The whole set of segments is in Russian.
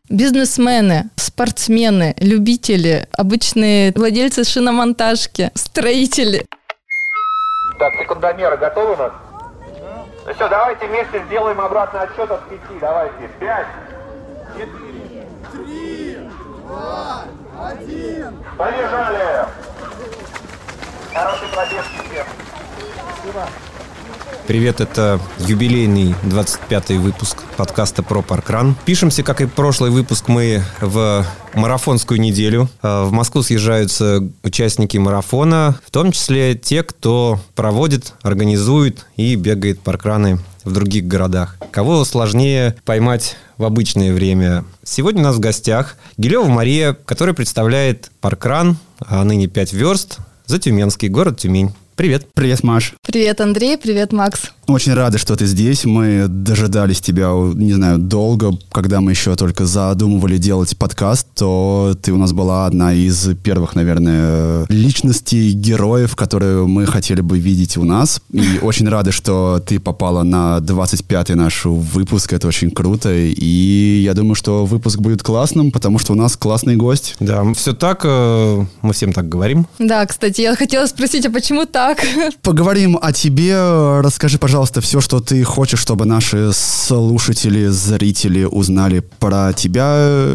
бизнесмены, спортсмены, любители, обычные владельцы шиномонтажки, строители. Так, секундомеры готовы у нас? Ну все, давайте вместе сделаем обратный отсчет от 5. Давайте. 5, 4, 3, 2, 1. Побежали! Хороший пробежки всем. Спасибо. Привет, это юбилейный 25-й выпуск подкаста про паркран. Пишемся, как и прошлый выпуск, мы в марафонскую неделю. В Москву съезжаются участники марафона, в том числе те, кто проводит, организует и бегает паркраны в других городах. Кого сложнее поймать в обычное время. Сегодня у нас в гостях Гилева Мария, которая представляет паркран, а ныне 5 верст, за Тюменский, город Тюмень. Привет. Привет, Маш. Привет, Андрей. Привет, Макс. Очень рады, что ты здесь. Мы дожидались тебя, не знаю, долго. Когда мы еще только задумывали делать подкаст, то ты у нас была одна из первых, наверное, личностей, героев, которые мы хотели бы видеть у нас. И очень рады, что ты попала на 25-й наш выпуск. Это очень круто. И я думаю, что выпуск будет классным, потому что у нас классный гость. Да, все так, мы всем так говорим. Да, кстати, я хотела спросить, а почему так? Поговорим о тебе. Расскажи, пожалуйста, все, что ты хочешь, чтобы наши слушатели, зрители узнали про тебя.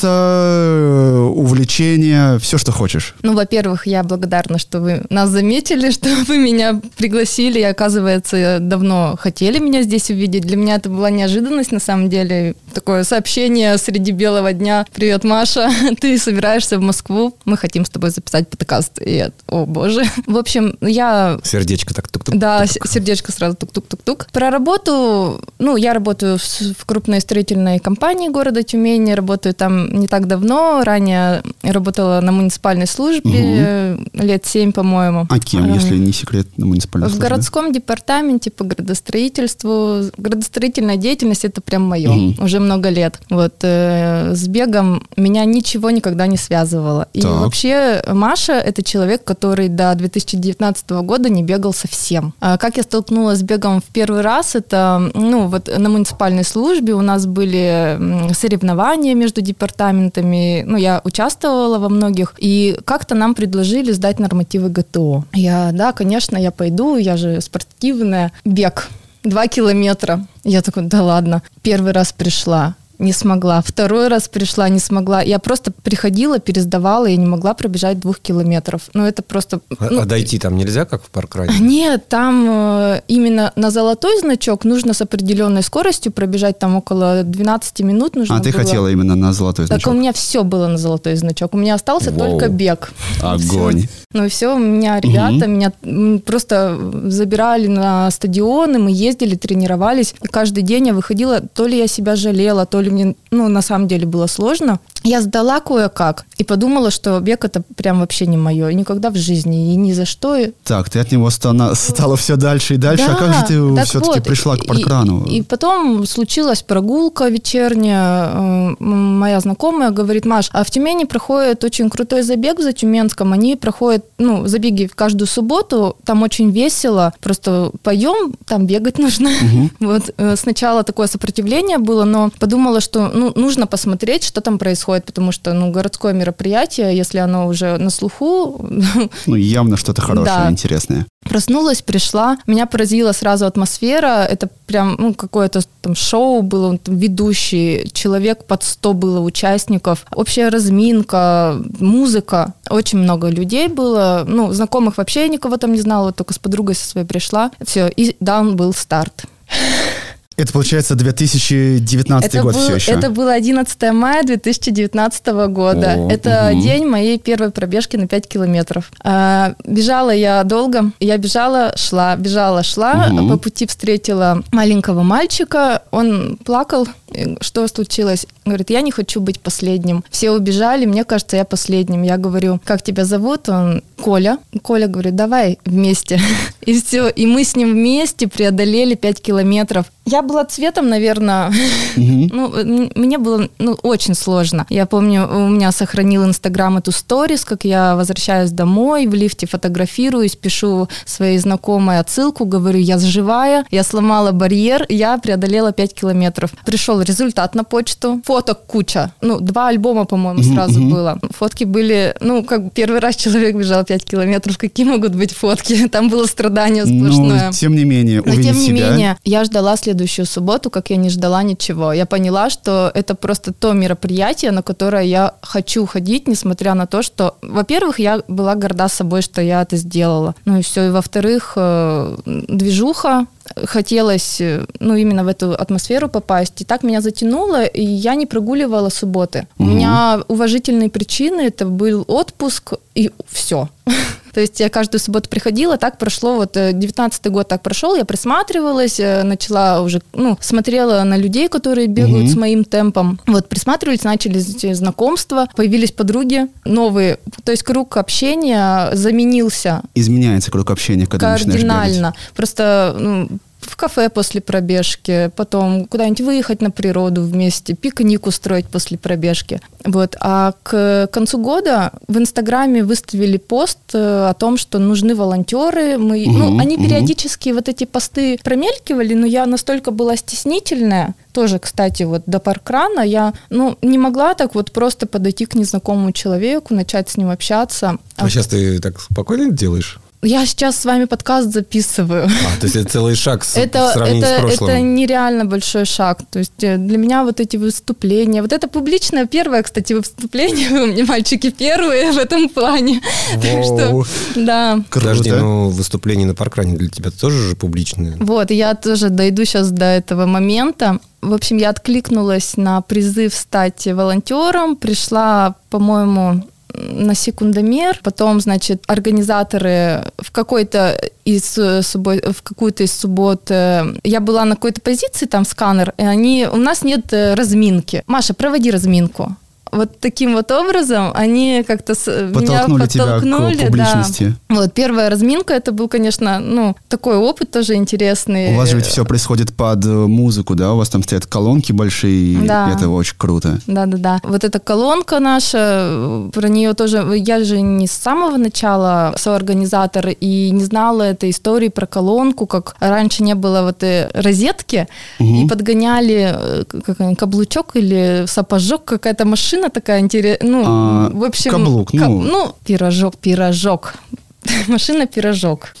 Работа, увлечения, все, что хочешь. Ну, во-первых, я благодарна, что вы нас заметили, что вы меня пригласили. И, оказывается, давно хотели меня здесь увидеть. Для меня это была неожиданность, на самом деле. Такое сообщение среди белого дня. Привет, Маша, ты собираешься в Москву? Мы хотим с тобой записать подкаст. И я, о боже. В общем, я... Сердечко так тук-тук. Да, сердечко сразу тук-тук-тук-тук. Про работу, я работаю в крупной строительной компании города Тюмени, работаю там не так давно, ранее работала на муниципальной службе, лет 7, по-моему. А кем, если не секрет, на муниципальной службе? В городском департаменте по градостроительству. Градостроительная деятельность — это прям мое, уже много лет. Вот, с бегом меня ничего никогда не связывало. И вообще Маша — это человек, который до 2019 года не бегал совсем. Как я столкнулась с бегом в первый раз, это, на муниципальной службе у нас были соревнования между департаментами, я участвовала во многих, и как-то нам предложили сдать нормативы ГТО. Да, конечно, я пойду, я же спортивная. Бег 2 километра. Я такой, да ладно. Первый раз пришла. Не смогла. Второй раз пришла, не смогла. Я просто приходила, пересдавала, и не могла пробежать 2 километров. Это просто... А дойти там нельзя, как в паркране? Нет, там именно на золотой значок нужно с определенной скоростью пробежать, там около 12 минут нужно было. А ты хотела именно на золотой значок? Так у меня все было на золотой значок. У меня остался только бег. Огонь. И все, у меня ребята, меня просто забирали на стадионы, мы ездили, тренировались. И каждый день я выходила, то ли я себя жалела, то ли мне, на самом деле было сложно. Я сдала кое-как и подумала, что бег — это прям вообще не мое. И никогда в жизни, и ни за что. Так, ты от него стала все дальше и дальше. Да, а как же ты все-таки пришла к паркрану? И потом случилась прогулка вечерняя. Моя знакомая говорит: Маш, а в Тюмени проходит очень крутой забег в Затюменском. Они проходят, забеги в каждую субботу. Там очень весело. Просто поем, там бегать нужно. Вот сначала такое сопротивление было, но подумала, что нужно посмотреть, что там происходит, потому что городское мероприятие, если оно уже на слуху... явно что-то хорошее, интересное. Проснулась, пришла. Меня поразила сразу атмосфера. Это прям какое-то там шоу было, там ведущий, человек под 100 было участников. Общая разминка, музыка. Очень много людей было. Знакомых вообще я никого там не знала, только с подругой со своей пришла. Все, и дан был старт. Это, получается, 2019 год все еще? Это было 11 мая 2019 года. Это день моей первой пробежки на 5 километров. Бежала я долго. Я бежала, шла. По пути встретила маленького мальчика. Он плакал. Что случилось? Говорит, я не хочу быть последним. Все убежали, мне кажется, я последним. Я говорю, как тебя зовут? Он Коля. Коля говорит, давай вместе. И все. И мы с ним вместе преодолели 5 километров. Я была цветом, наверное. Мне было очень сложно. Я помню, у меня сохранил Инстаграм эту сторис, как я возвращаюсь домой, в лифте фотографируюсь, пишу своей знакомой отсылку, говорю, я живая, я сломала барьер, я преодолела 5 километров. Пришел результат на почту, фоток куча. 2 альбома, по-моему, сразу было. Фотки были, как первый раз человек бежал 5 километров. Какие могут быть фотки? Там было страдание сплошное. Тем не менее, я ждала следующую субботу, как я не ждала ничего. Я поняла, что это просто то мероприятие, на которое я хочу ходить, несмотря на то, что, во-первых, я была горда собой, что я это сделала. И все. И во-вторых, движуха. Хотелось, именно в эту атмосферу попасть. И так меня затянуло, и я не прогуливала субботы. У меня уважительные причины, это был отпуск, и все. То есть я каждую субботу приходила, так прошло, 19-й год так прошел, я присматривалась, начала уже, смотрела на людей, которые бегают с моим темпом. Присматривались, начались знакомства, появились подруги новые, то есть круг общения заменился. Изменяется круг общения, когда начинаешь бегать. Кардинально. Просто, в кафе после пробежки, потом куда-нибудь выехать на природу вместе, пикник устроить после пробежки. А к концу года в Инстаграме выставили пост о том, что нужны волонтеры. Они периодически эти посты промелькивали, но я настолько была стеснительная, тоже, кстати, до паркрана, я не могла так просто подойти к незнакомому человеку, начать с ним общаться. А сейчас ты так спокойно делаешь? Я сейчас с вами подкаст записываю. То есть это целый шаг в сравнении с прошлым? Это нереально большой шаг. То есть для меня эти выступления, это публичное первое, кстати, выступление, вы у меня, мальчики, первые в этом плане. Так что, да. Подожди, выступление на паркране для тебя тоже же публичное? Я тоже дойду сейчас до этого момента. В общем, я откликнулась на призыв стать волонтером, пришла, по-моему, на секундомер, потом, организаторы в какую-то из суббот я была на какой-то позиции, там сканер, и у нас нет разминки. Маша, проводи разминку. Таким образом они как-то меня подтолкнули тебя к публичности. Да. Первая разминка, это был, конечно, такой опыт тоже интересный. У вас же ведь все происходит под музыку, да? У вас там стоят колонки большие, да. И это очень круто. Да. Эта колонка наша, про нее тоже, я же не с самого начала соорганизатор и не знала этой истории про колонку, как раньше не было розетки, и подгоняли каблучок или сапожок, какая-то машина такая интересная, в общем... Каблук, пирожок. Машина-пирожок.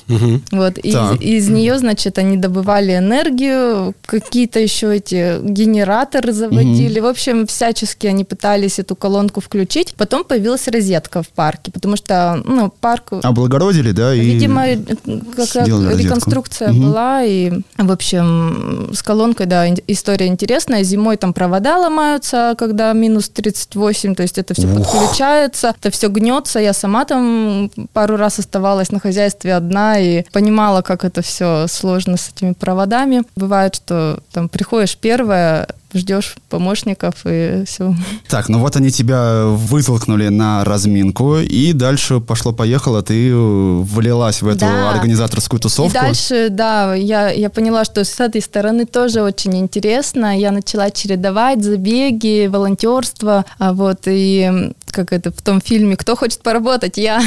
Из нее, они добывали энергию, какие-то еще эти генераторы заводили. В общем, всячески они пытались эту колонку включить. Потом появилась розетка в парке, потому что, парк... Облагородили, да? Видимо, какая реконструкция была. И, в общем, с колонкой, да, история интересная. Зимой там провода ломаются, когда минус 38, то есть это все подключается, это все гнется. Я сама там пару раз оставалась на хозяйстве одна и понимала, как это все сложно с этими проводами. Бывает, что там приходишь первая, ждешь помощников и все. Так, они тебя вытолкнули на разминку, и дальше пошло-поехало, ты влилась в эту организаторскую тусовку. И дальше, да, я поняла, что с этой стороны тоже очень интересно. Я начала чередовать забеги, волонтерство, и как это в том фильме «Кто хочет поработать?» Я.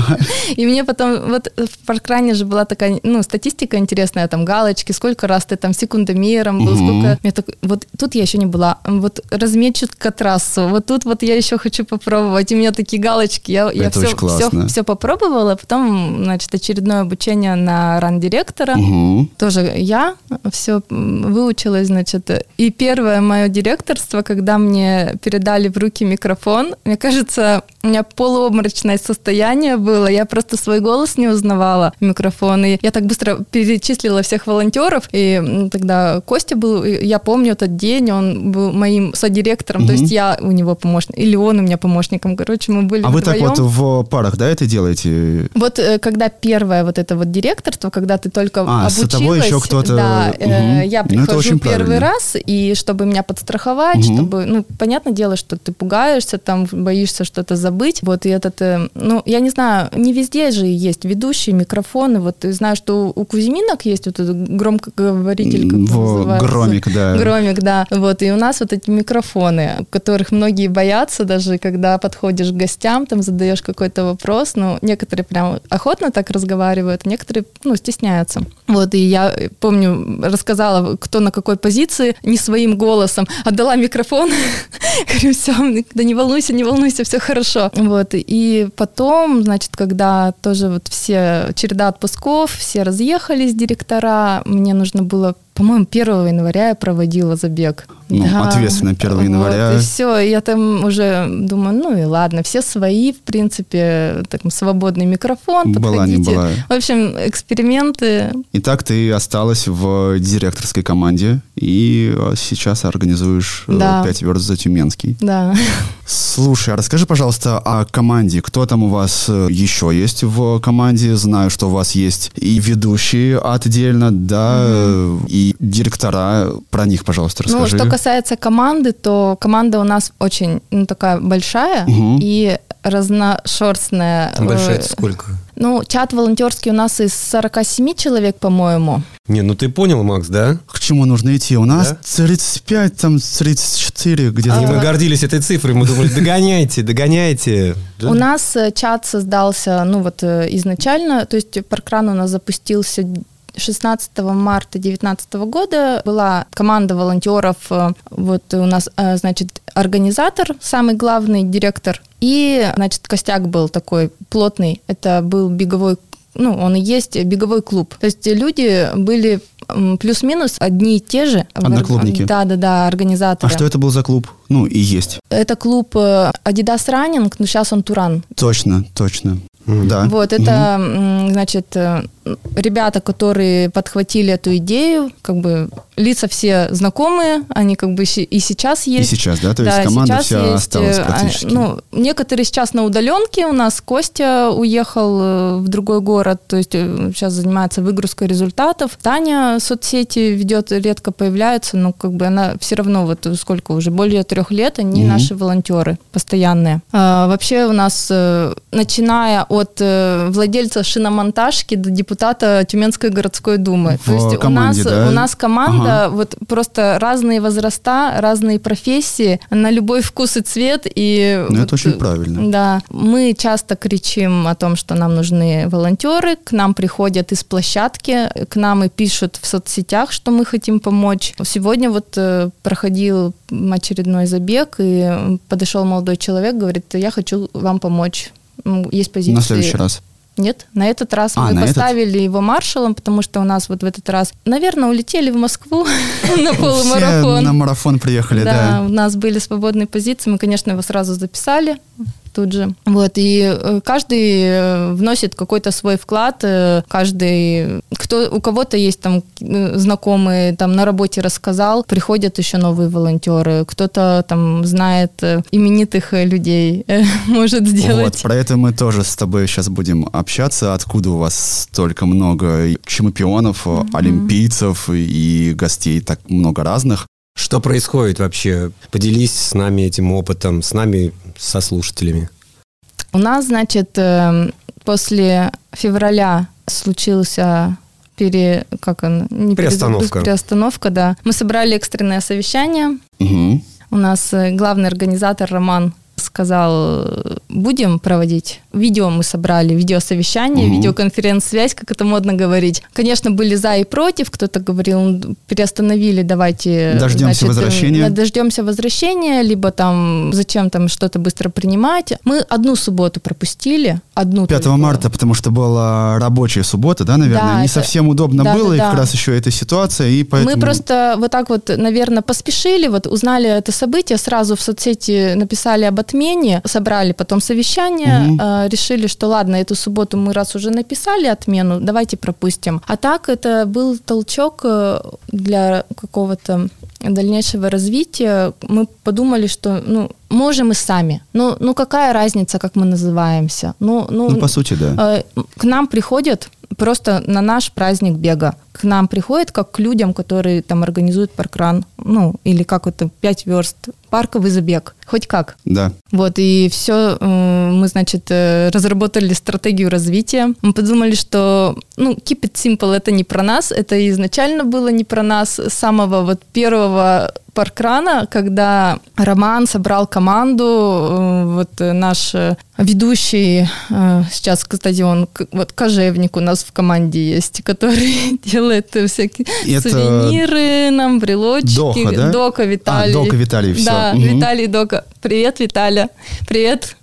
И мне потом, в паркране же была такая, статистика интересная, там галочки, сколько раз ты там секундомером был, сколько... Тут я еще не была. Разметчика трассу. Тут я еще хочу попробовать. У меня такие галочки. Я все попробовала. Потом, очередное обучение на ран-директора. Тоже я все выучилась, И первое мое директорство, когда мне передали в руки микрофон, мне кажется, у меня полуобморочное состояние было. Я просто свой голос не узнавала в микрофон. И я так быстро перечислила всех волонтеров. И тогда Костя был, я помню этот день, он был моим содиректором, то есть я у него помощник, или он у меня помощником. Короче, мы были вдвоем. Вы так в парах, да, это делаете? Когда первое это директорство, когда ты только обучилась. С тобой еще кто-то... Да, я прихожу первый раз, и чтобы меня подстраховать, чтобы... понятное дело, что ты пугаешься, там, боишься что-то забыть. И я не знаю, не везде же есть ведущие, микрофоны. Знаю, что у Кузьминок есть этот громкоговоритель, как называется. Громик, да. Громик, да. Вот, и у нас вот эти микрофоны, которых многие боятся, даже когда подходишь к гостям, там задаешь какой-то вопрос, ну, некоторые прям охотно так разговаривают, некоторые, ну, стесняются. Вот, и я помню, рассказала, кто на какой позиции, не своим голосом, отдала микрофон, говорю, все, да не волнуйся, все хорошо. Вот, и потом, значит, когда тоже вот все, череда отпусков, все разъехались, директора, мне нужно было, по-моему, 1 января я проводила забег. Ну, да. Ответственно, 1 января. Вот, и все, я там уже думаю, ну и ладно, все свои, в принципе, так, свободный микрофон, была, подходите. не была. В общем, эксперименты. Итак, ты осталась в директорской команде и сейчас организуешь 5 верст за Тюменский. Да. Слушай, а расскажи, пожалуйста, о команде. Кто там у вас еще есть в команде? Знаю, что у вас есть и ведущие отдельно, да, и директора. Про них, пожалуйста, расскажи. Ну, что касается команды, то команда у нас очень, ну, такая большая и разношерстная. Большая это сколько? Ну, чат волонтерский у нас из 47 человек, по-моему. Не, ну ты понял, Макс, да? К чему нужно идти? У нас 35, там 34 где-то. И мы гордились этой цифрой, мы думали, догоняйте. У нас чат создался, ну вот изначально, то есть Паркран у нас запустился 16 марта 2019 года. Была команда волонтеров, вот у нас, значит, организатор, самый главный директор, и, значит, костяк был такой плотный, это был беговой, ну, он и есть беговой клуб. То есть люди были плюс-минус одни и те же. Одноклубники. Да, организаторы. А что это был за клуб? Ну, и есть. Это клуб Adidas Running, но сейчас он Туран. Точно. Да. Вот, это, значит, ребята, которые подхватили эту идею, как бы лица все знакомые, они как бы и сейчас есть. И сейчас, да? То есть команда вся есть, осталась практически. Ну, некоторые сейчас на удаленке, у нас Костя уехал в другой город, то есть сейчас занимается выгрузкой результатов. Таня соцсети ведет, редко появляется, но как бы она все равно, вот сколько уже, более 3 лет, они наши волонтеры постоянные. Вообще у нас, начиная от владельца шиномонтажки до депутата Тюменской городской думы. То есть команде, у нас команда, вот просто разные возраста, разные профессии, на любой вкус и цвет. И вот, это очень правильно. Да. Мы часто кричим о том, что нам нужны волонтеры, к нам приходят из площадки, к нам и пишут в соцсетях, что мы хотим помочь. Сегодня вот проходил очередной забег, и подошел молодой человек, говорит, я хочу вам помочь. Есть позиции. На следующий раз? Нет, на этот раз мы поставили его маршалом, потому что у нас вот в этот раз, наверное, улетели в Москву на полумарафон. Все на марафон приехали, да. Да, у нас были свободные позиции, мы, конечно, его сразу записали тут же. Вот, и каждый вносит какой-то свой вклад, каждый, у кого-то есть там знакомые, там на работе рассказал, приходят еще новые волонтеры, кто-то там знает именитых людей, может сделать. Вот, про это мы тоже с тобой сейчас будем общаться, откуда у вас столько много чемпионов, олимпийцев и гостей, так много разных. Что происходит вообще? Поделись с нами этим опытом, с нами, со слушателями. У нас, значит, после февраля случился приостановка, да. Мы собрали экстренное совещание. У нас главный организатор Роман сказал, будем проводить. Видео мы собрали, видеосовещание, видеоконференц-связь, как это модно говорить. Конечно, были за и против. Кто-то говорил, переостановили, давайте... Дождемся возвращения. Дождемся возвращения, либо там зачем там что-то быстро принимать. Мы одну субботу пропустили. 5 марта, потому что была рабочая суббота, да, наверное? Да, не совсем удобно было, и как раз еще эта ситуация, и поэтому... Мы просто вот так вот, наверное, поспешили, вот узнали это событие, сразу в соцсети написали об отмене, собрали потом совещание, решили, что ладно, эту субботу мы раз уже написали отмену, давайте пропустим. А так это был толчок для какого-то дальнейшего развития. Мы подумали, что, можем и сами. Ну какая разница, как мы называемся? Ну, по сути, да. К нам приходят просто на наш праздник бега. к нам приходят как к людям, которые там организуют паркран, ну, или как это, 5 верст, парковый забег, хоть как. Да. Вот, и все, мы, значит, разработали стратегию развития. Мы подумали, что, ну, keep it simple, это не про нас, это изначально было не про нас. С самого вот первого паркрана, когда Роман собрал команду, вот наш ведущий, сейчас, кстати, он, вот Кожевник у нас в команде есть, который делает всякие сувениры нам, брелочки. Доха, да? Дока Виталий. Дока Виталий, все. Да, Виталий Дока. Привет, Виталя. Привет.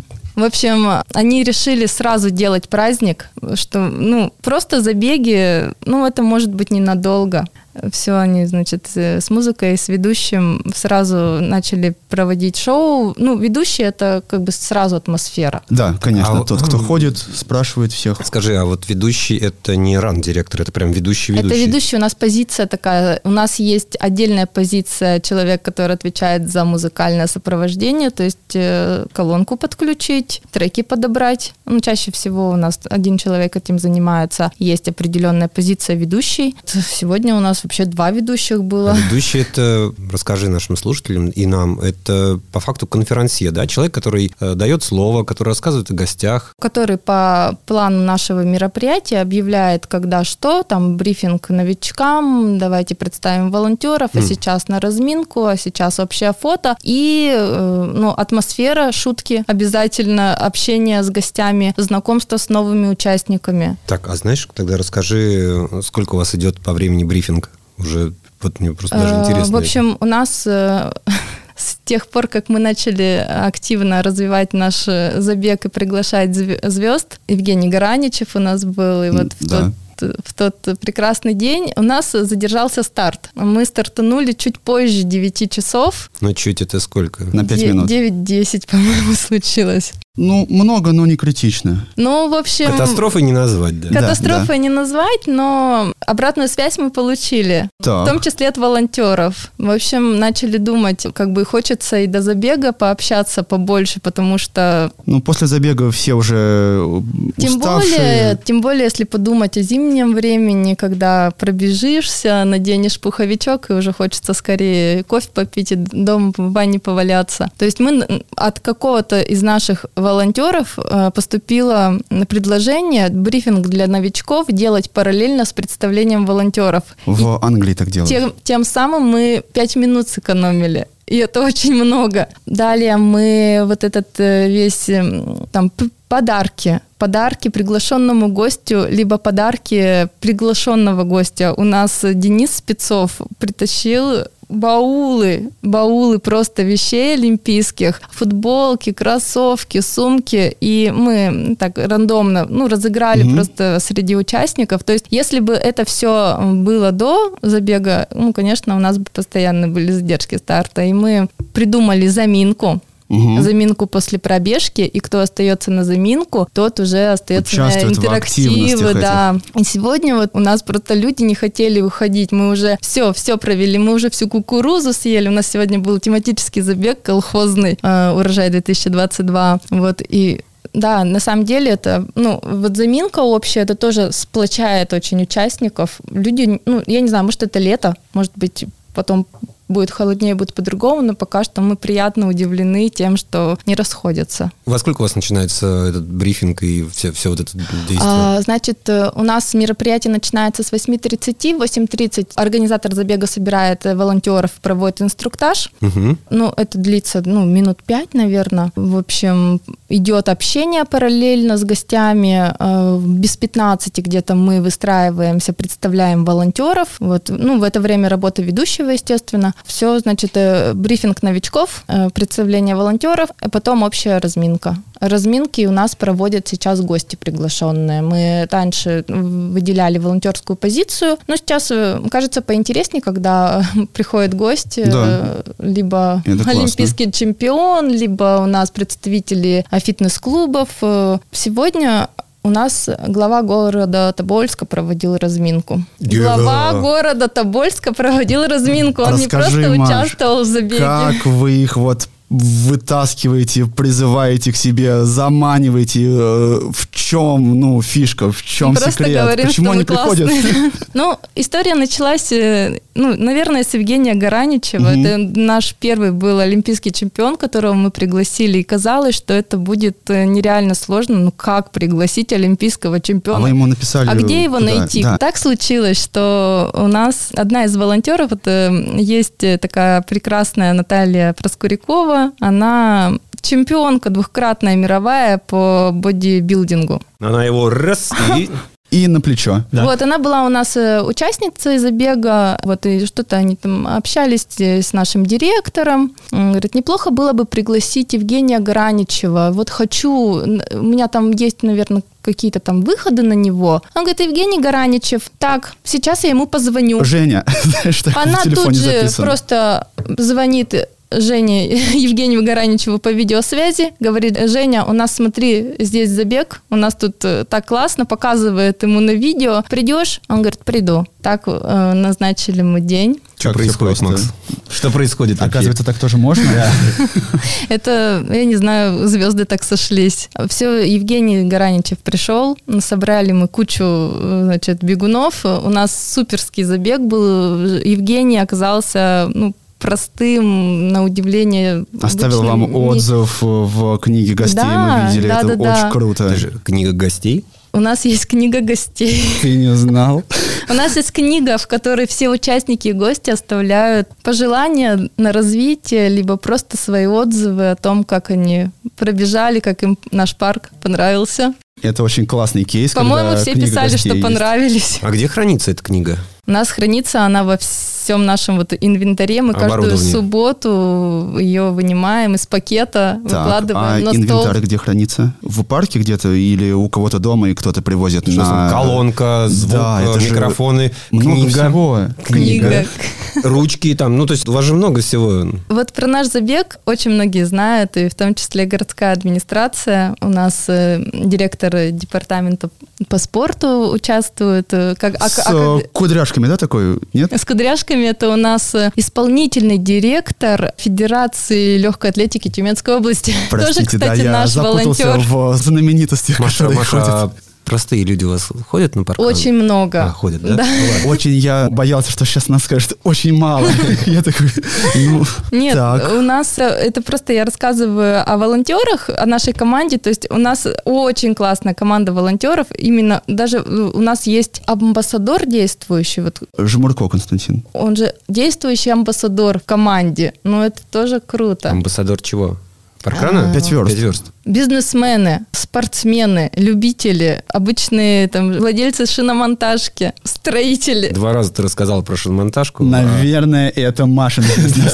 В общем, они решили сразу делать праздник, что, ну, просто забеги, ну, это может быть ненадолго. Все они, значит, с музыкой, с ведущим сразу начали проводить шоу. Ну, ведущий — это как бы сразу атмосфера. Да, конечно. Тот, кто ходит, спрашивает всех. Скажи, а вот ведущий — это не ран-директор, это прям ведущий? Это ведущий. У нас позиция такая. У нас есть отдельная позиция, человек, который отвечает за музыкальное сопровождение, то есть колонку подключить, треки подобрать. Ну, чаще всего у нас один человек этим занимается. Есть определенная позиция ведущий. Сегодня у нас вообще 2 ведущих было. Ведущий — это, расскажи нашим слушателям и нам, это по факту конферансье, да? Человек, который дает слово, который рассказывает о гостях. Который по плану нашего мероприятия объявляет, когда что, там брифинг новичкам, давайте представим волонтеров, а сейчас на разминку, а сейчас общее фото. И ну, атмосфера, шутки, обязательно общение с гостями, знакомство с новыми участниками. Так, а знаешь, тогда расскажи, сколько у вас идет по времени брифинг? Уже вот мне просто даже интересно. В общем, у нас с тех пор, как мы начали активно развивать наш забег и приглашать звезд, Евгений Гораничев у нас был, и вот в тот прекрасный день у нас задержался старт. Мы стартанули чуть позже 9 часов. Ну, чуть это сколько? На 5 минут. 9-10, по-моему, случилось. Ну, много, но не критично. Ну, в общем... Катастрофой не назвать, да? Катастрофой не назвать, но обратную связь мы получили. Так. В том числе от волонтеров. В общем, начали думать, как бы хочется и до забега пообщаться побольше, потому что... Ну, после забега все уже уставшие. Тем более, если подумать о зимнем времени, когда пробежишься, наденешь пуховичок, и уже хочется скорее кофе попить и дома в бане поваляться. То есть мы от какого-то из наших волонтеров поступило предложение брифинг для новичков делать параллельно с представлением волонтеров. В Англии так делают. Тем самым мы 5 минут сэкономили. И это очень много. Далее мы вот этот весь там подарки приглашенному гостю, либо подарки приглашенного гостя. У нас Денис Спецов притащил баулы просто вещей олимпийских, футболки, кроссовки, сумки, и мы так рандомно, разыграли просто среди участников. То есть, если бы это все было до забега, конечно, у нас бы постоянно были задержки старта, и мы придумали заминку. Заминку после пробежки, и кто остается на заминку, тот уже остается участвует на интерактивы, да. И сегодня вот у нас просто люди не хотели уходить, мы уже все провели, мы уже всю кукурузу съели, у нас сегодня был тематический забег колхозный, урожай 2022, вот, и да, на самом деле это, вот заминка общая, это тоже сплочает очень участников, люди, я не знаю, может это лето, может быть потом будет холоднее, будет по-другому, но пока что мы приятно удивлены тем, что не расходятся. Во сколько у вас начинается этот брифинг и все вот это действие? Значит, у нас мероприятие начинается с 8:30, в 8:30 организатор забега собирает волонтеров, проводит инструктаж. Это длится, минут 5, наверное. В общем, идет общение параллельно с гостями. Без 15 где-то мы выстраиваемся, представляем волонтеров. Вот, в это время работа ведущего, естественно. Все, значит, брифинг новичков, представление волонтеров, а потом общая разминка. Разминки у нас проводят сейчас гости приглашенные. Мы раньше выделяли волонтерскую позицию, но сейчас, кажется, поинтереснее, когда приходит гость, либо олимпийский чемпион, либо у нас представители фитнес-клубов. Сегодня у нас глава города Тобольска проводил разминку. Глава города Тобольска проводил разминку. Он не просто участвовал в забеге. Как вы их вытаскиваете, призываете к себе, заманиваете? В чем, фишка, в чем секрет? Говорим, почему они приходят? История началась, наверное, с Евгения Гараничева. Это наш первый был олимпийский чемпион, которого мы пригласили, и казалось, что это будет нереально сложно. Как пригласить олимпийского чемпиона? А вы ему написали... А где его найти? Да. Так случилось, что у нас одна из волонтеров, есть такая прекрасная Наталья Проскурякова, она чемпионка, 2-кратная мировая по бодибилдингу. Она его раз и на плечо. Да. Она была у нас участницей забега, и что-то они там общались с нашим директором. Он говорит, неплохо было бы пригласить Евгения Гараничева. Хочу, у меня там есть, наверное, какие-то там выходы на него. Он говорит, Евгений Гараничев, так, сейчас я ему позвоню. Женя, знаешь, так она в телефоне тут же записано. Просто звонит Жене Евгению Гараничеву по видеосвязи, говорит, Женя, у нас, смотри, здесь забег, у нас тут так классно, показывает ему на видео, придешь? Он говорит, приду. Так назначили мы день. Что происходит, Макс? Что происходит? Оказывается, так тоже можно? Это, я не знаю, звезды так сошлись. Все, Евгений Гараничев пришел, собрали мы кучу, бегунов, у нас суперский забег был, Евгений оказался, простым, на удивление. Оставил вам отзыв в книге гостей, мы видели, это очень круто. Это же книга гостей? У нас есть книга гостей. Ты не знал? У нас есть книга, в которой все участники и гости оставляют пожелания на развитие, либо просто свои отзывы о том, как они пробежали, как им наш парк понравился. Это очень классный кейс. По-моему, все писали, что понравились. А где хранится эта книга? У нас хранится она во всем нашем инвентаре. Мы каждую субботу ее вынимаем из пакета, выкладываем на стол. А инвентарь где хранится? В парке где-то или у кого-то дома, и кто-то привозит на... Колонка, звук, микрофоны, книга. Ручки там. То есть у вас же много всего. Про наш забег очень многие знают, и в том числе городская администрация. У нас директор департамента по спорту участвует. С кудряшками, да, такой? Нет? С кудряшками это у нас исполнительный директор Федерации легкой атлетики Тюменской области. Простите, тоже, кстати, я наш запутался волонтер. в знаменитостях, которые ходят. Простые люди у вас ходят на паркран? Очень много. Ходят, да? Очень я боялся, что сейчас нас скажут очень мало. Я такой, Нет, у нас, это просто я рассказываю о волонтерах, о нашей команде, то есть у нас очень классная команда волонтеров, именно даже у нас есть амбассадор действующий. Жмурко Константин. Он же действующий амбассадор в команде, это тоже круто. Амбассадор чего? Паркрана? 5 верст. 5 верст. Бизнесмены, спортсмены, любители, обычные владельцы шиномонтажки, строители. 2 раза ты рассказал про шиномонтажку. Наверное, это Машин бизнес.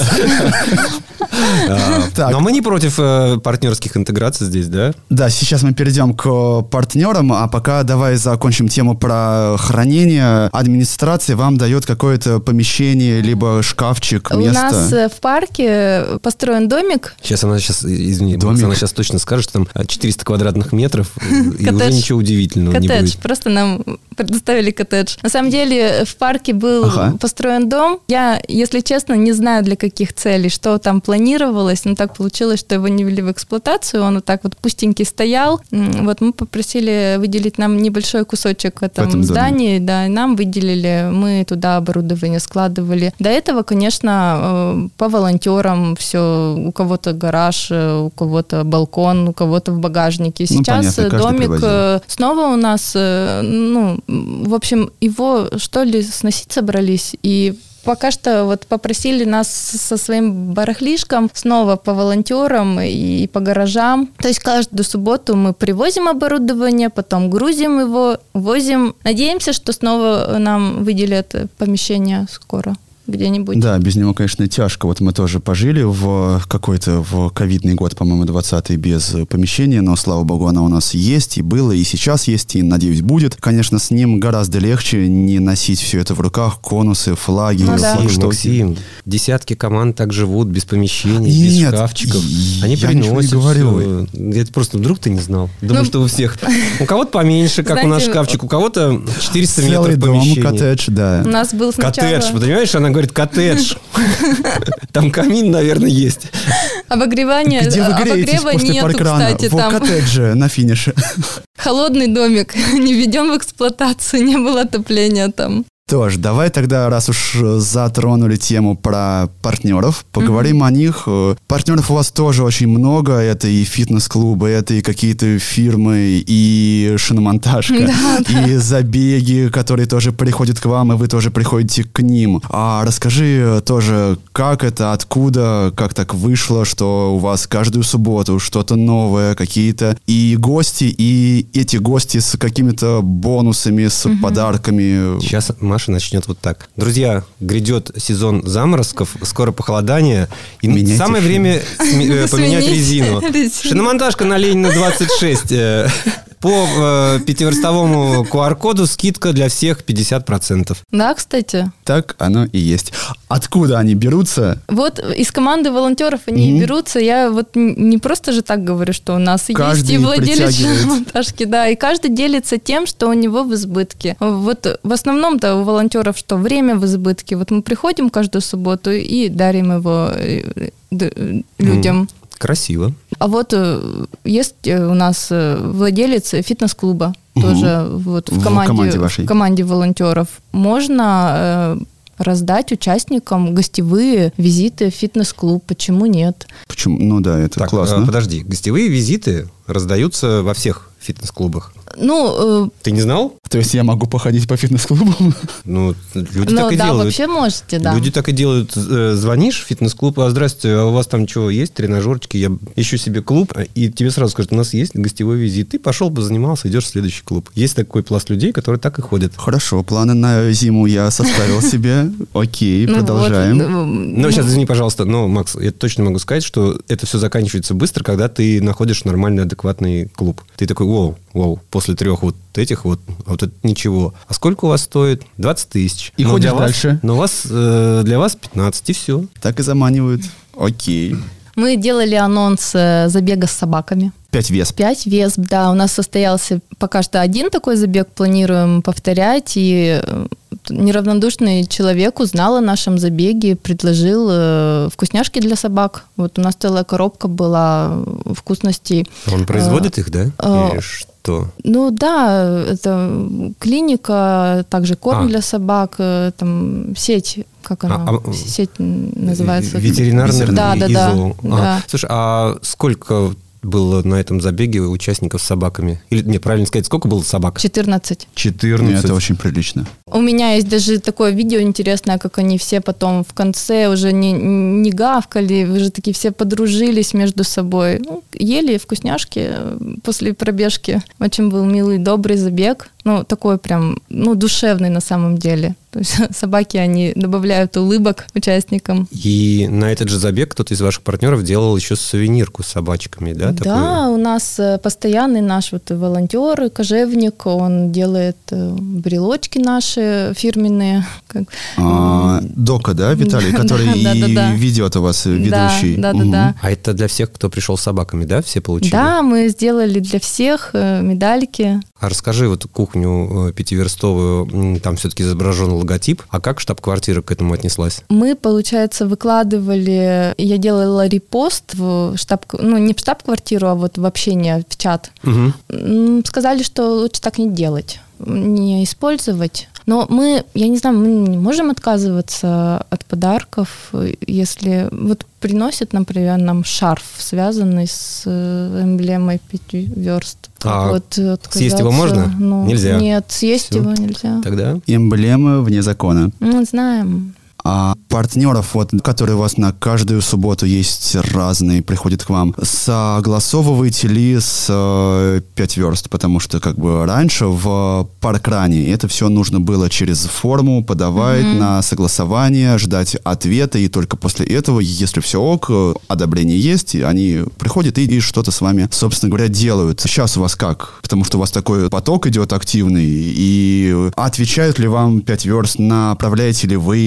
Но мы не против партнерских интеграций здесь, да? Да, сейчас мы перейдем к партнерам, а пока давай закончим тему про хранение. Администрация вам дает какое-то помещение, либо шкафчик, место. У нас в парке построен домик. Она сейчас точно скажет, что там 400 квадратных метров, и уже ничего удивительного не будет. Коттедж, просто нам предоставили коттедж. На самом деле в парке был построен дом. Я, если честно, не знаю для каких целей, что там планировалось, но так получилось, что его не ввели в эксплуатацию, он пустенький стоял. Мы попросили выделить нам небольшой кусочек в этом здании, да, и нам выделили, мы туда оборудование складывали. До этого, конечно, по волонтерам все, у кого-то гараж, у кого-то балкон, у кого-то в багажнике. Сейчас домик снова у нас, в общем, его, что ли, сносить собрались, и пока что попросили нас со своим барахлишком снова по волонтерам и по гаражам. То есть каждую субботу мы привозим оборудование, потом грузим его, возим. Надеемся, что снова нам выделят помещение скоро. Где-нибудь. Да, без него, конечно, тяжко. Мы тоже пожили в ковидный год, по-моему, 20-й, без помещения, но, слава богу, оно у нас есть, и было, и сейчас есть, и, надеюсь, будет. Конечно, с ним гораздо легче не носить все это в руках, конусы, флаги. Максим, десятки команд так живут без помещений, без шкафчиков. Они приносят. Не говорю. Это просто вдруг ты не знал. Думаю, что у всех. У кого-то поменьше, как у нас шкафчик, у кого-то 400 метров помещения. Коттедж, да. У нас был сначала... Коттедж, понимаешь, она говорит коттедж. Там камин, наверное, есть. Обогревание, Где вы греетесь обогрева после нету, паркрана? кстати, Во там. коттедже на финише. Холодный домик, не ведем в эксплуатацию, не было отопления там. Тоже, давай тогда, раз уж затронули тему про партнеров, поговорим о них. Партнеров у вас тоже очень много. Это и фитнес-клубы, это и какие-то фирмы, и шиномонтажка, и забеги, которые тоже приходят к вам, и вы тоже приходите к ним. А расскажи тоже, как это, откуда, как так вышло, что у вас каждую субботу что-то новое, какие-то и гости, и эти гости с какими-то бонусами, с подарками. Сейчас Маша начнет вот так. Друзья, грядет сезон заморозков, скоро похолодание, и Меняйте самое шину. время поменять резину. Шиномонтажка на Ленина 26. По пятиверстовому QR-коду скидка для всех 50%. Да, кстати. Так оно и есть. Откуда они берутся? Вот из команды волонтеров они берутся. Я вот не просто же так говорю, что у нас Каждый есть и владелец притягивает. шиномонтажки, да, и каждый делится тем, что у него в избытке. Вот в основном-то у волонтеров что? Время в избытке. Вот мы приходим каждую субботу и дарим его людям. Красиво. А вот есть у нас владелец фитнес-клуба, тоже вот в команде вашей. в команде волонтеров. Можно раздать участникам гостевые визиты в фитнес-клуб. Почему нет? Почему? Ну да, это Так, классно. подожди, гостевые визиты раздаются во всех фитнес-клубах. Ну, Ты не знал? То есть я могу походить по фитнес-клубам? Ну, люди ну так и да, делают. вообще можете, да. Люди так и делают. Звонишь в фитнес-клуб, здравствуйте, а у вас там что, есть тренажерчики? Я ищу себе клуб, и тебе сразу скажут, у нас есть гостевой визит. Ты пошел бы, занимался, идешь в следующий клуб. Есть такой пласт людей, которые так и ходят. Хорошо, планы на зиму я составил себе. Окей, Ну продолжаем. вот, Ну, сейчас, извини, пожалуйста, но, Макс, я точно могу сказать, что это все заканчивается быстро, когда ты находишь нормальный, адекватный клуб. Ты такой, вау, после 3 вот этих вот, а вот это ничего. А сколько у вас стоит? 20 тысяч. И Но ходишь для вас- дальше. Но для вас 15, и все. Так и заманивают. Окей. Мы делали анонс забега с собаками. 5 вес. 5 весп, да. У нас состоялся пока что один такой забег, планируем повторять. И неравнодушный человек узнал о нашем забеге, предложил вкусняшки для собак. Вот у нас целая коробка была вкусностей. Он производит их, да? Или что? Ну да, это клиника, также корм для собак, там сеть, как она, сеть называется? Ветеринарный Да. ИЗО. Слушай, а сколько было на этом забеге участников с собаками? Или, нет, правильно сказать, сколько было собак? 14. 14. Это очень прилично. У меня есть даже такое видео интересное, как они все потом в конце уже не гавкали, уже такие все подружились между собой. Ну, ели вкусняшки после пробежки. Очень был милый, добрый забег. Ну, такой прям, душевный на самом деле. То есть собаки, они добавляют улыбок участникам. И на этот же забег кто-то из ваших партнеров делал еще сувенирку с собачками, да? Да, у нас постоянный наш волонтер, кожевник, он делает брелочки наши фирменные. Дока, да, Виталий, который и ведет у вас ведущий? Да. А это для всех, кто пришел с собаками, да? Все получили? Да, мы сделали для всех медальки. А расскажи вот кухню пятиверстовую, там все-таки изображен логотип, а как штаб-квартира к этому отнеслась? Мы, получается, выкладывали, я делала репост в не в штаб-квартиру, а вот в общение, в чат. Сказали, что лучше так не делать, не использовать. Но мы не можем отказываться от подарков, если вот приносят, например, нам шарф, связанный с эмблемой 5 верст. Съесть его можно? Нельзя? Нет, съесть его нельзя. Тогда? Эмблемы вне закона. Мы знаем. А партнеров, которые у вас на каждую субботу есть разные, приходят к вам, согласовываете ли с 5 верст? Потому что раньше в паркране это все нужно было через форму подавать на согласование, ждать ответа, и только после этого, если все ок, одобрение есть, они приходят и что-то с вами, собственно говоря, делают. Сейчас у вас как? Потому что у вас такой поток идет активный, и отвечают ли вам 5 верст, направляете ли вы им заявку?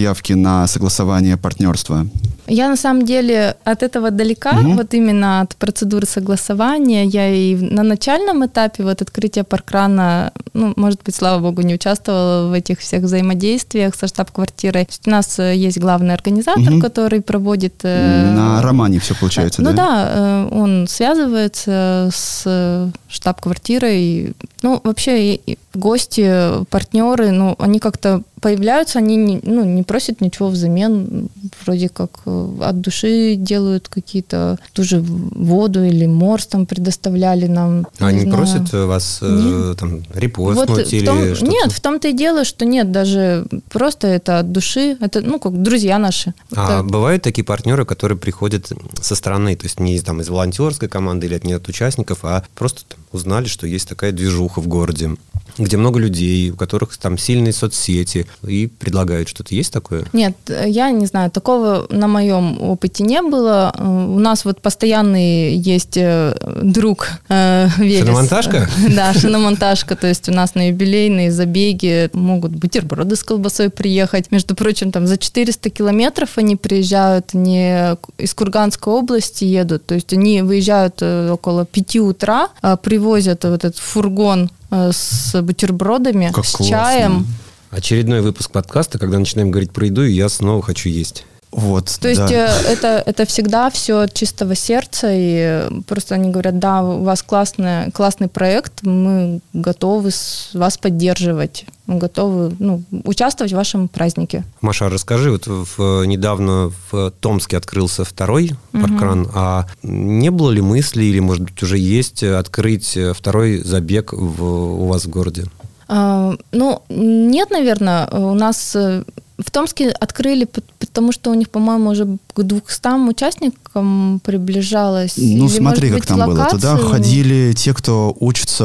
заявки на согласование партнерства? Я на самом деле от этого далека, вот именно от процедуры согласования. Я и на начальном этапе вот открытия паркрана, может быть, слава богу, не участвовала в этих всех взаимодействиях со штаб-квартирой. У нас есть главный организатор, который проводит... На Романе все получается, да? Да, он связывается с штаб-квартирой. Вообще гости, партнеры, они как-то появляются, они не просят ничего взамен, вроде как от души делают какие-то ту же воду или морс там предоставляли нам. Они не просят вас там репостнуть или что-то? Нет, в том-то и дело, что нет, даже просто это от души, это как друзья наши. А бывают такие партнеры, которые приходят со стороны, то есть не из волонтерской команды или от участников, а просто узнали, что есть такая движуха в городе, где много людей, у которых там сильные соцсети, и предлагают что-то. Есть такое? Нет, я не знаю, такого на моем опыте не было. У нас вот постоянный есть друг Велес. Шиномонтажка? Да, шиномонтажка, то есть у нас на юбилейные забеги могут бутерброды с колбасой приехать. Между прочим, там за 400 километров они приезжают, они из Курганской области едут, то есть они выезжают около 5 утра, привозят вот этот фургон с бутербродами, как с классно. Чаем. Очередной выпуск подкаста, когда начинаем говорить про еду, и я снова хочу есть. Вот, то есть это всегда все от чистого сердца, и просто они говорят, да, у вас классный проект, мы готовы вас поддерживать, мы готовы участвовать в вашем празднике. Маша, расскажи, вот недавно в Томске открылся второй паркран, а не было ли мысли, или, может быть, уже есть, открыть второй забег у вас в городе? Нет, наверное, у нас... В Томске открыли, потому что у них, по-моему, уже к 200 участникам приближалось. Или, смотри, может как быть, там было. Туда ходили те, кто учится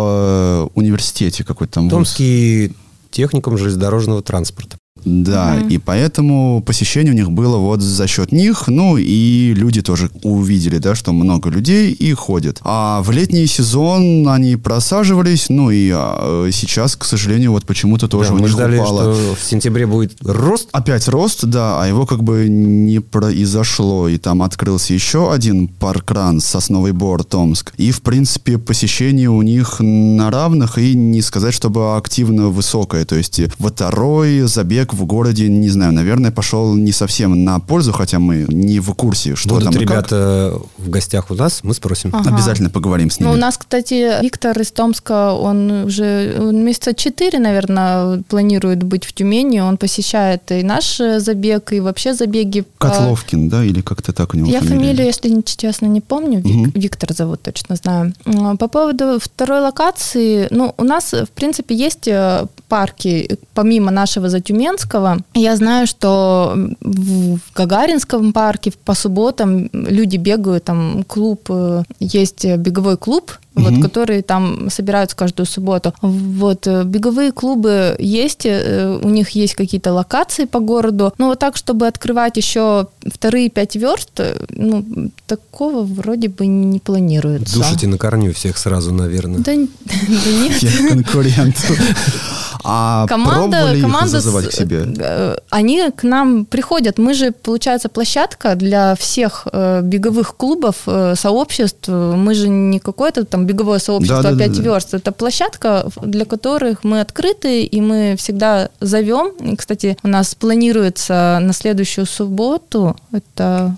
в университете какой-то там. Томский техникум железнодорожного транспорта. Да, и поэтому посещение у них было вот за счет них, и люди тоже увидели, да, что много людей и ходят. А в летний сезон они просаживались, и сейчас, к сожалению, вот почему-то тоже у них упало. Мы ждали, что в сентябре будет рост. Опять рост, да, а его как бы не произошло, и там открылся еще один паркран, Сосновый Бор, Томск, и, в принципе, посещение у них на равных, и не сказать, чтобы активно высокое, то есть второй забег в городе, не знаю, наверное, пошел не совсем на пользу, хотя мы не в курсе, что будут там и ребята как. В гостях у нас, мы спросим. Обязательно поговорим с ними. У нас, кстати, Виктор из Томска, он уже месяца 4, наверное, планирует быть в Тюмени, он посещает и наш забег, и вообще забеги. Котловкин, да, или как-то так у него фамилия? Я фамилию, если честно, не помню, Виктор зовут, точно знаю. По поводу второй локации, у нас, в принципе, есть парки, помимо нашего Затюменского. Я знаю, что в Гагаринском парке по субботам люди бегают, там клуб, есть беговой клуб, которые там собираются каждую субботу. Беговые клубы есть, у них есть какие-то локации по городу, но вот так, чтобы открывать еще вторые 5 верст, такого вроде бы не планируется. Душите на корню всех сразу, наверное. Да нет. Всех конкурентов. А пробовали их зазывать к себе? Они к нам приходят. Мы же, получается, площадка для всех беговых клубов, сообществ. Мы же не какое-то там беговое сообщество 5 верст. Это площадка, для которых мы открыты, и мы всегда зовем. И, кстати, у нас планируется на следующую субботу, это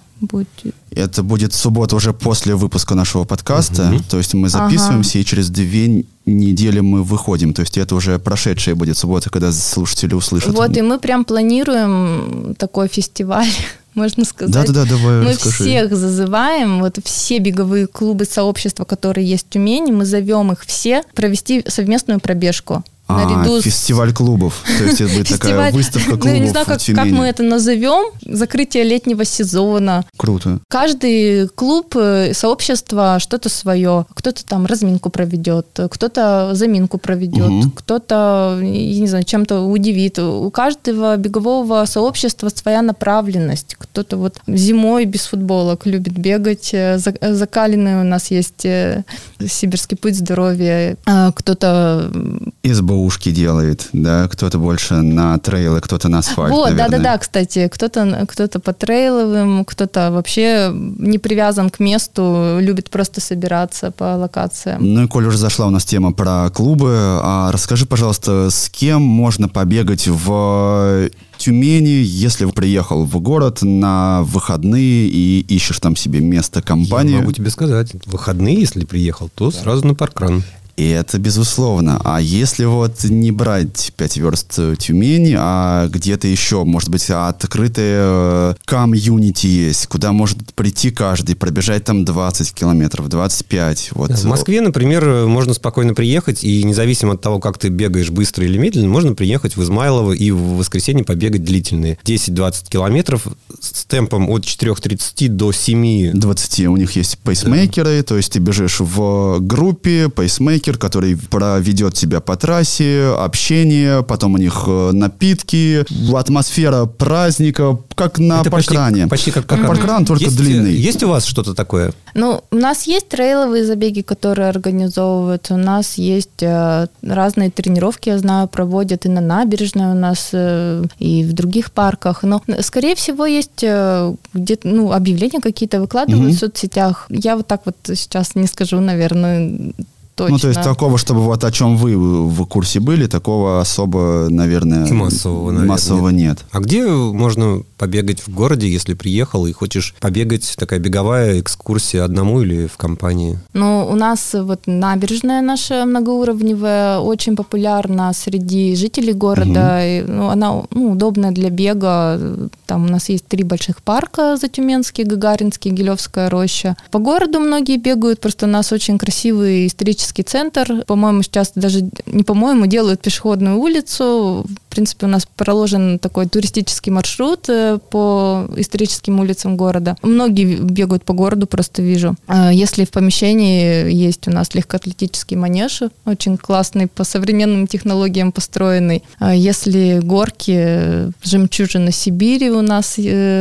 будет суббота уже после выпуска нашего подкаста. То есть мы записываемся, и через 2 недели мы выходим. То есть это уже прошедшая будет суббота, когда слушатели услышат. И мы прям планируем такой фестиваль, можно сказать. Да, давай мы расскажи. Всех зазываем, все беговые клубы, сообщества, которые есть в Тюмени, мы зовем их все провести совместную пробежку. Фестиваль клубов. То есть это будет такая выставка клубов. Я не знаю, как мы это назовем. Закрытие летнего сезона. Круто. Каждый клуб, сообщество что-то свое. Кто-то там разминку проведет, кто-то заминку проведет, кто-то, я не знаю, чем-то удивит. У каждого бегового сообщества своя направленность. Кто-то зимой без футболок любит бегать. Закаленный у нас есть Сибирский путь здоровья. Кто-то... СБУ бэушки делает, да, кто-то больше на трейлы, кто-то на асфальт, вот, наверное. да, кстати, кто-то по трейловым, кто-то вообще не привязан к месту, любит просто собираться по локациям. Ну и коль уже зашла у нас тема про клубы, расскажи, пожалуйста, с кем можно побегать в Тюмени, если приехал в город на выходные и ищешь там себе место, компанию? Я могу тебе сказать, в выходные, если приехал, то сразу на паркран. И это безусловно. А если вот не брать 5 верст Тюмени, а где-то еще, может быть, открытые комьюнити есть, куда может прийти каждый, пробежать там 20 километров, 25. Вот. В Москве, например, можно спокойно приехать, и независимо от того, как ты бегаешь быстро или медленно, можно приехать в Измайлово и в воскресенье побегать длительные 10-20 километров с темпом от 4:30 до 7. 20. У них есть пейсмейкеры, то есть ты бежишь в группе, пейсмейкер, который проведет тебя по трассе, общение, потом у них напитки, атмосфера праздника, как на паркране. Почти как паркран, только длинный. Есть у вас что-то такое? Ну, у нас есть трейловые забеги, которые организовывают. У нас есть разные тренировки, я знаю, проводят и на набережной у нас, и в других парках. Но, скорее всего, есть где-то, объявления какие-то выкладывают в соцсетях. Я вот так вот сейчас не скажу, наверное, точно. Ну, то есть такого, чтобы вот о чем вы в курсе были, такого особо, наверное, массового нет. А где можно побегать в городе, если приехал и хочешь побегать, такая беговая экскурсия одному или в компании? Ну, у нас вот набережная наша многоуровневая очень популярна среди жителей города. И, она удобная для бега. Там у нас есть 3 больших парка: Затюменский, Гагаринский, Гилевская роща. По городу многие бегают, просто у нас очень красивый исторический центр. По-моему, сейчас даже делают пешеходную улицу. В принципе, у нас проложен такой туристический маршрут по историческим улицам города. Многие бегают по городу, просто вижу. Если в помещении есть у нас легкоатлетический манеж, очень классный, по современным технологиям построенный. Если горки, жемчужина Сибири у нас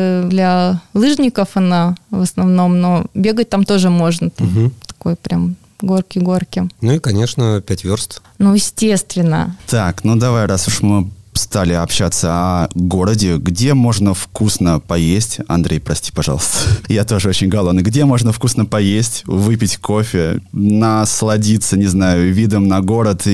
для лыжников она в основном, но бегать там тоже можно. Такой прям горки-горки. Ну и, конечно, 5 верст. Ну, естественно. Так, давай, раз уж мы стали общаться о городе, где можно вкусно поесть. Андрей, прости, пожалуйста. Я тоже очень голодный. Где можно вкусно поесть, выпить кофе, насладиться, не знаю, видом на город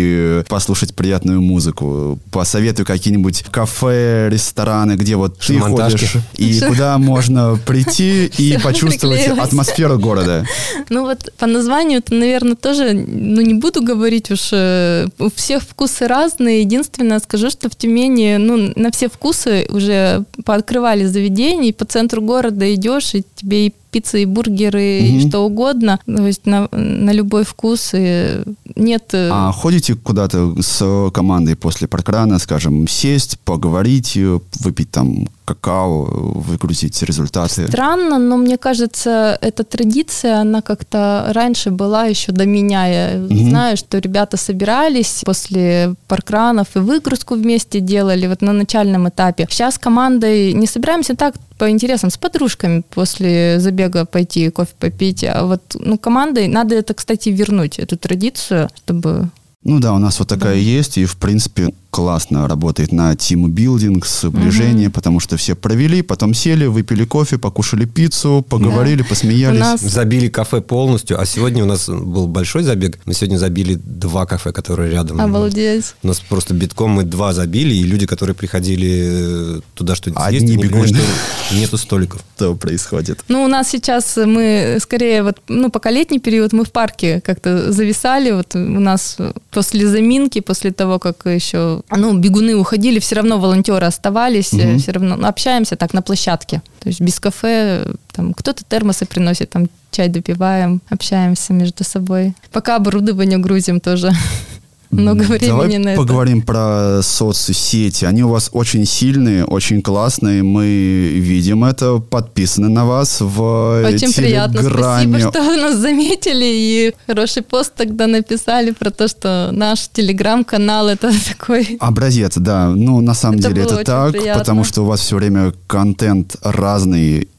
и послушать приятную музыку. Посоветуй какие-нибудь кафе, рестораны, где вот ты ходишь, и куда можно прийти и почувствовать атмосферу города. Ну вот по названию-то, наверное, тоже, не буду говорить уж, у всех вкусы разные. Единственное, скажу, что в Тюмени, на все вкусы уже пооткрывали заведения, и по центру города идешь, и тебе и пицца, и бургеры, и что угодно. То есть на любой вкус. И нет... А ходите куда-то с командой после паркрана, скажем, сесть, поговорить, выпить там какао, выгрузить результаты? Странно, но мне кажется, эта традиция, она как-то раньше была еще до меня. Я знаю, что ребята собирались после паркранов и выгрузку вместе делали вот на начальном этапе. Сейчас командой не собираемся так по интересам, с подружками после забега пойти кофе попить. А вот командой надо это, кстати, вернуть, эту традицию, чтобы... Ну да, у нас вот такая есть, и в принципе классно работает на тимбилдинг, сближение, потому что все провели, потом сели, выпили кофе, покушали пиццу, поговорили, посмеялись. Забили кафе полностью, а сегодня у нас был большой забег, мы сегодня забили 2 кафе, которые рядом. Обалдеть. У нас просто битком мы 2 забили, и люди, которые приходили туда что-то съесть, они бегут, что нету столиков. Что происходит? У нас сейчас мы скорее пока летний период, мы в парке как-то зависали, вот у нас после заминки, после того, как еще бегуны уходили, все равно волонтеры оставались, все равно общаемся так на площадке. То есть без кафе, там кто-то термосы приносит, там чай допиваем, общаемся между собой. Пока оборудование грузим тоже. Много времени на это. Давай поговорим про соцсети. Они у вас очень сильные, очень классные. Мы видим это, подписаны на вас в очень Телеграме. Приятно. Спасибо, что вы нас заметили и хороший пост тогда написали про то, что наш Телеграм-канал это такой... Образец, да. На самом деле это так, приятно. потому что у вас все время контент разный,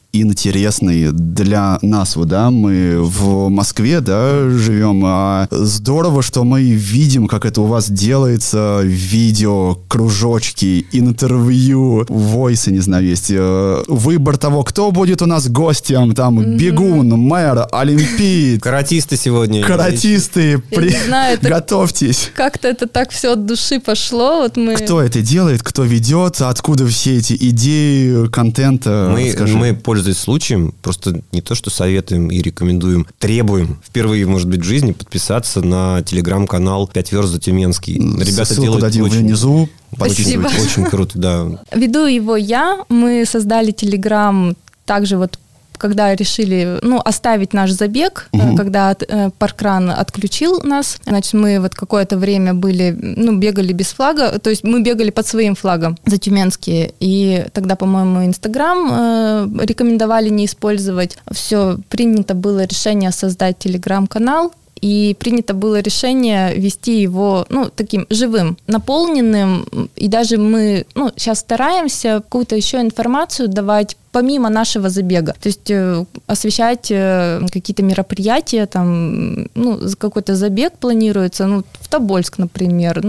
интересный для нас, вот, да, мы в Москве, да, живем, а здорово, что мы видим, как это у вас делается, видео, кружочки, интервью, войсы, не знаю, есть выбор того, кто будет у нас гостем, там, бегун, мэр, олимпиад. Каратисты сегодня. Каратисты, готовьтесь. Как-то это так все от души пошло. Вот мы... Кто это делает, кто ведет, откуда все эти идеи, контента? Мы, пользуясь случаем, просто не то, что советуем и рекомендуем, требуем впервые, может быть, в жизни подписаться на телеграм-канал «5 верст за Тюменский». Ребята ссылку делают дадим внизу. Спасибо. Очень круто, да. Веду его я. Мы создали телеграм также вот когда решили, оставить наш забег, когда Паркран отключил нас, значит, мы вот какое-то время бегали без флага, то есть мы бегали под своим флагом за Тюменские, и тогда, по-моему, Инстаграм рекомендовали не использовать. Все, принято было решение создать телеграм-канал, и принято было решение вести его, таким живым, наполненным, и даже мы, сейчас стараемся какую-то еще информацию давать помимо нашего забега, то есть освещать какие-то мероприятия, там, какой-то забег планируется, в Тобольск, например,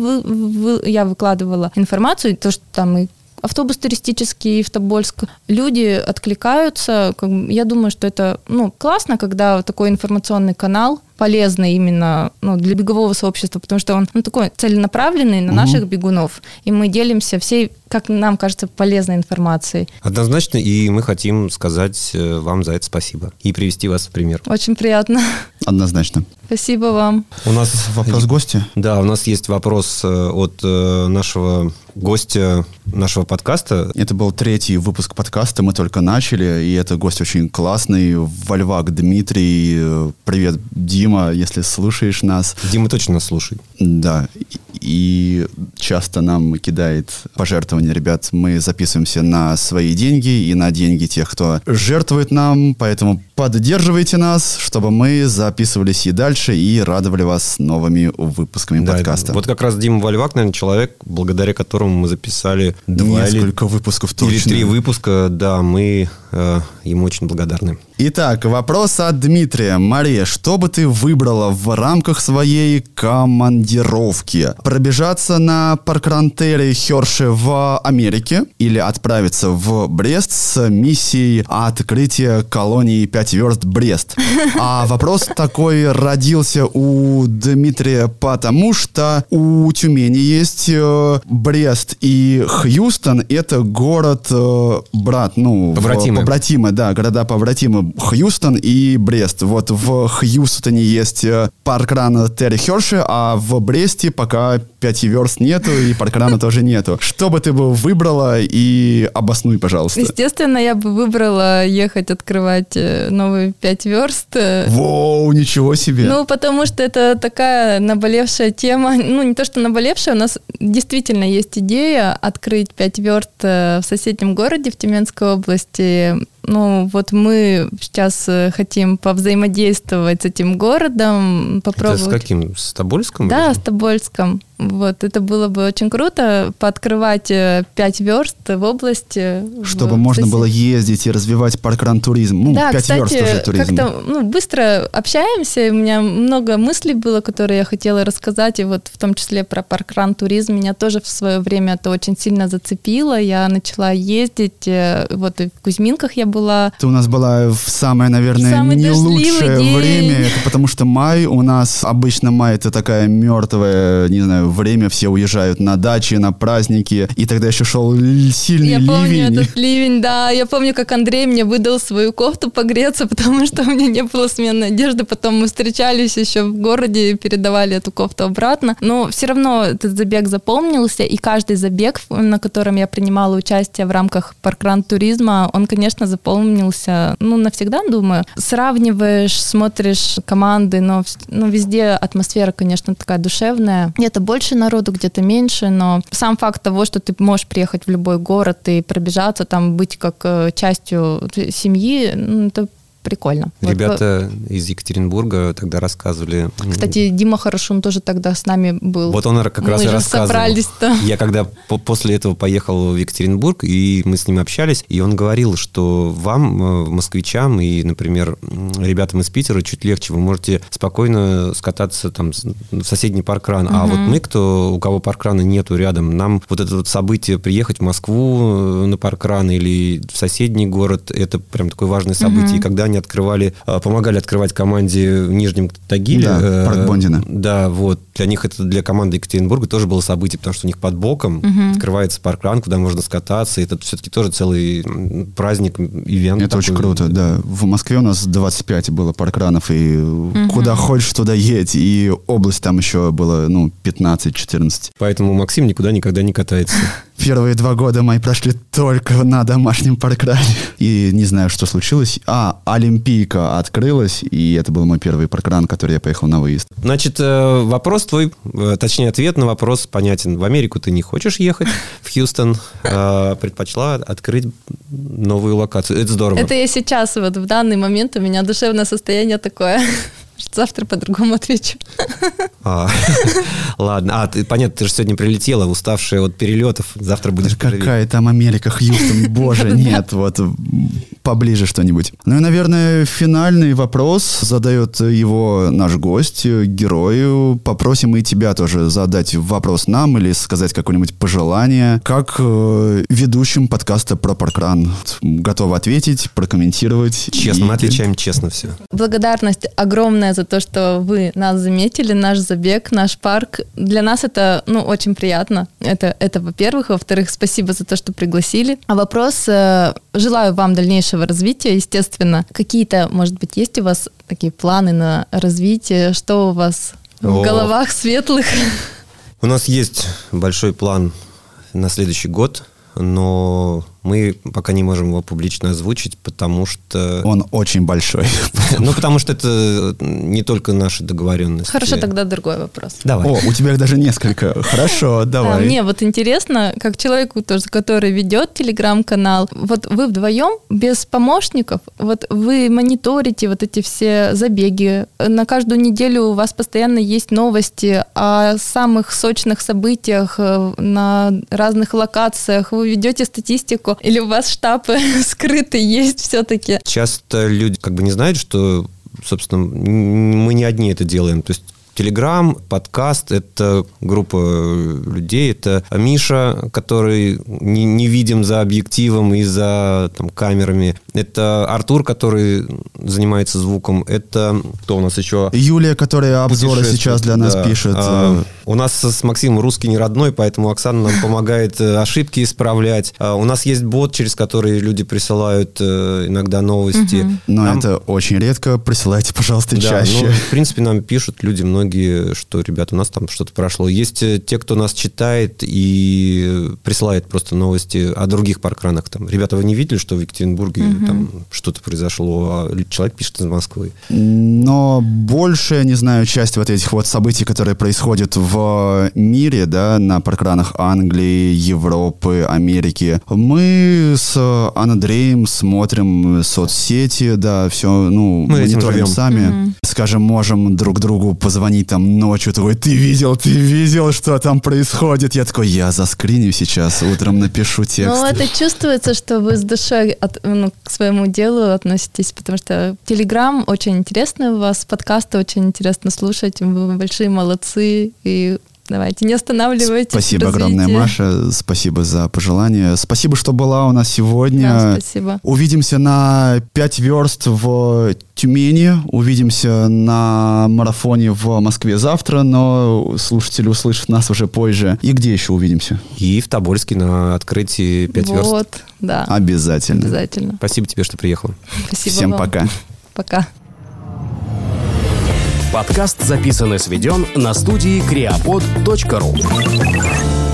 я выкладывала информацию, то, что там и автобус туристический в Тобольск. Люди откликаются. Я думаю, что это классно, когда такой информационный канал полезный именно для бегового сообщества, потому что он такой целенаправленный на наших бегунов, и мы делимся всей, как нам кажется, полезной информацией. Однозначно, и мы хотим сказать вам за это спасибо и привести вас в пример. Очень приятно. Однозначно. Спасибо вам. У нас вопрос гостя? Да, у нас есть вопрос от нашего гостя нашего подкаста. Это был 3-й выпуск подкаста, мы только начали, и это гость очень классный, Вольвак Дмитрий. Привет, Дима, если слушаешь нас. Дима точно нас слушает. Да, и часто нам кидает пожертвования. Ребят, мы записываемся на свои деньги и на деньги тех, кто жертвует нам, поэтому поддерживайте нас, чтобы мы записывались и дальше, и радовали вас новыми выпусками подкаста. Вот как раз Дима Вольвак, наверное, человек, благодаря которому мы записали несколько выпусков точно. Или 3 выпуска, да, мы ему очень благодарны. Итак, вопрос от Дмитрия. Мария, что бы ты выбрала в рамках своей командировки? Пробежаться на паркран-трейле Херши в Америке или отправиться в Брест с миссией открытия колонии 5 верст Брест? А вопрос такой родился у Дмитрия, потому что у Тюмени есть Брест и Хьюстон. Это город брат, побратимы, да, города побратимы. Хьюстон и Брест. Вот в Хьюстоне есть паркран Терри Херши, а в Бресте пока 5 верст нету, и паркрана тоже нету. Что бы ты бы выбрала, и обоснуй, пожалуйста. Естественно, я бы выбрала ехать открывать новые 5 верст. Воу, ничего себе! Потому что это такая наболевшая тема. Не то, что наболевшая, у нас действительно есть идея открыть 5 верст в соседнем городе, в Тюменской области. Вот мы сейчас хотим повзаимодействовать с этим городом, попробовать. Это с каким? С Тобольском? Да, с Тобольском. Вот, это было бы очень круто, пооткрывать 5 верст в области. Чтобы можно было ездить и развивать паркран-туризм. Да, 5 кстати, верст уже туризм. как-то быстро общаемся, у меня много мыслей было, которые я хотела рассказать, и вот в том числе про паркран-туризм. Меня тоже в свое время это очень сильно зацепило. Я начала ездить, вот и в Кузьминках я была. Ты у нас была в самое, наверное, не лучшее время, это потому что май у нас, обычно май это такая мертвая, не знаю, время, все уезжают на дачи, на праздники, и тогда еще шел сильный ливень. Я помню этот ливень, да, я помню, как Андрей мне выдал свою кофту погреться, потому что у меня не было сменной одежды, потом мы встречались еще в городе и передавали эту кофту обратно, но все равно этот забег запомнился, и каждый забег, на котором я принимала участие в рамках паркран-туризма, он, конечно, запомнился, навсегда, думаю. Сравниваешь, смотришь команды, но везде атмосфера, конечно, такая душевная. Где-то больше народу, где-то меньше, но сам факт того, что ты можешь приехать в любой город и пробежаться, там быть как частью семьи, это прикольно. Ребята из Екатеринбурга тогда рассказывали. Кстати, Дима Хорошун тоже тогда с нами был. Вот он как раз и рассказывал. Собрались-то. Я когда после этого поехал в Екатеринбург, и мы с ним общались, и он говорил, что вам, москвичам и, например, ребятам из Питера чуть легче, вы можете спокойно скататься там в соседний паркран. А вот мы, у кого паркрана нету рядом, нам вот это вот событие приехать в Москву на паркран или в соседний город, это прям такое важное событие. И когда они помогали открывать команде в Нижнем Тагиле. Да, парк Бондина. Да, вот. Для них это, для команды Екатеринбурга тоже было событие, потому что у них под боком открывается паркран, куда можно скататься. И это все-таки тоже целый праздник, ивент. Это такой. Очень круто, да. В Москве у нас 25 было паркранов, и куда хочешь, туда едь. И область там еще было, 15-14. Поэтому Максим никуда не катается. Первые 2 года мои прошли только на домашнем паркране. И не знаю, что случилось. Олимпийка открылась, и это был мой первый паркран, который я поехал на выезд. Значит, вопрос твой, точнее, ответ на вопрос понятен. В Америку ты не хочешь ехать, в Хьюстон. Предпочла открыть новую локацию. Это здорово. Это я сейчас, вот в данный момент у меня душевное состояние такое... Завтра по-другому отвечу. Ладно. Понятно, ты же сегодня прилетела, уставшая от перелетов. Завтра будешь... Какая там Америка, Хьюстон, боже, нет. Вот поближе что-нибудь. Ну и, наверное, финальный вопрос задает его наш гость, герою. Попросим и тебя тоже задать вопрос нам или сказать какое-нибудь пожелание. Как ведущим подкаста про паркран готова ответить, прокомментировать? Честно, мы отвечаем честно все. Благодарность огромная за то, что вы нас заметили, наш забег, наш парк. Для нас это, очень приятно. Это во-первых. Во-вторых, спасибо за то, что пригласили. А вопрос, желаю вам дальнейшего развития, естественно. Какие-то, может быть, есть у вас такие планы на развитие? Что у вас в головах светлых? У нас есть большой план на следующий год, но мы пока не можем его публично озвучить, потому что... Он очень большой. Потому что это не только наши договоренности. Хорошо, тогда другой вопрос. Давай. У тебя их даже несколько. Хорошо, давай. Мне вот интересно, как человеку тоже, который ведет телеграм-канал, вот вы вдвоем, без помощников, вот вы мониторите вот эти все забеги, на каждую неделю у вас постоянно есть новости о самых сочных событиях на разных локациях, вы ведете статистику, или у вас штаб скрытый есть все-таки? Часто люди не знают, что, собственно, мы не одни это делаем. То есть Телеграм, подкаст – это группа людей. Это Миша, который не видим за объективом и за камерами. Это Артур, который занимается звуком. Это кто у нас еще? Юлия, которая обзоры сейчас для нас пишет. У нас с Максимом русский не родной, поэтому Оксана нам помогает ошибки исправлять. У нас есть бот, через который люди присылают иногда новости. Но это очень редко. Присылайте, пожалуйста, чаще. В принципе, нам пишут люди многие, что, ребята, у нас там что-то прошло. Есть те, кто нас читает и присылает просто новости о других паркранах. Ребята, вы не видели, что в Екатеринбурге там что-то произошло, а человек пишет из Москвы? Но большая, не знаю, часть вот этих вот событий, которые происходят в мире, да, на паркранах Англии, Европы, Америки, мы с Андреем смотрим соцсети, да, все, мониторим сами. Скажем, можем друг другу позвонить там ночью, такой, ты видел, что там происходит? Я такой, я заскриню сейчас, утром напишу текст. Это чувствуется, что вы с душой к своему делу относитесь, потому что Телеграм очень интересный у вас, подкасты очень интересно слушать, вы большие молодцы, и давайте, не останавливайтесь. Спасибо огромное, Маша. Спасибо за пожелания. Спасибо, что была у нас сегодня. Да, спасибо. Увидимся на 5 верст в Тюмени. Увидимся на марафоне в Москве завтра, но слушатели услышат нас уже позже. И где еще увидимся? И в Тобольске на открытии 5 верст. Вот, да. Обязательно. Спасибо тебе, что приехала. Спасибо Всем вам. пока. Пока. Подкаст записан и сведен на студии creapod.ru.